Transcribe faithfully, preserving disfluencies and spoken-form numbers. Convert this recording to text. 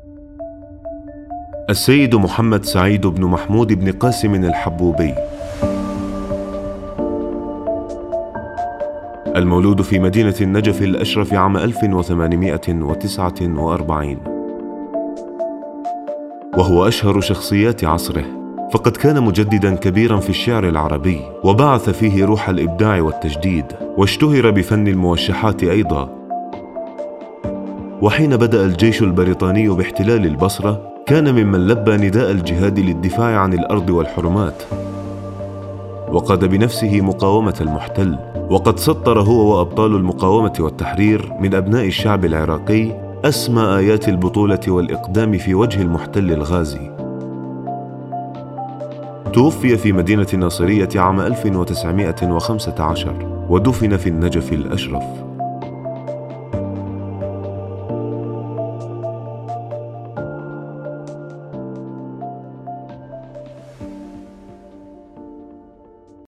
السيد محمد سعيد بن محمود بن قاسم الحبوبي، المولود في مدينة النجف الأشرف عام ألف وثمانمائة وتسعة وأربعين، وهو أشهر شخصيات عصره، فقد كان مجدداً كبيراً في الشعر العربي، وبعث فيه روح الإبداع والتجديد، واشتهر بفن الموشحات أيضاً. وحين بدأ الجيش البريطاني باحتلال البصرة، كان ممن لبى نداء الجهاد للدفاع عن الأرض والحرمات، وقاد بنفسه مقاومة المحتل، وقد سطر هو وأبطال المقاومة والتحرير من أبناء الشعب العراقي أسمى آيات البطولة والإقدام في وجه المحتل الغازي. توفي في مدينة الناصرية عام ألف وتسعمائة وخمسة عشر، ودفن في النجف الأشرف.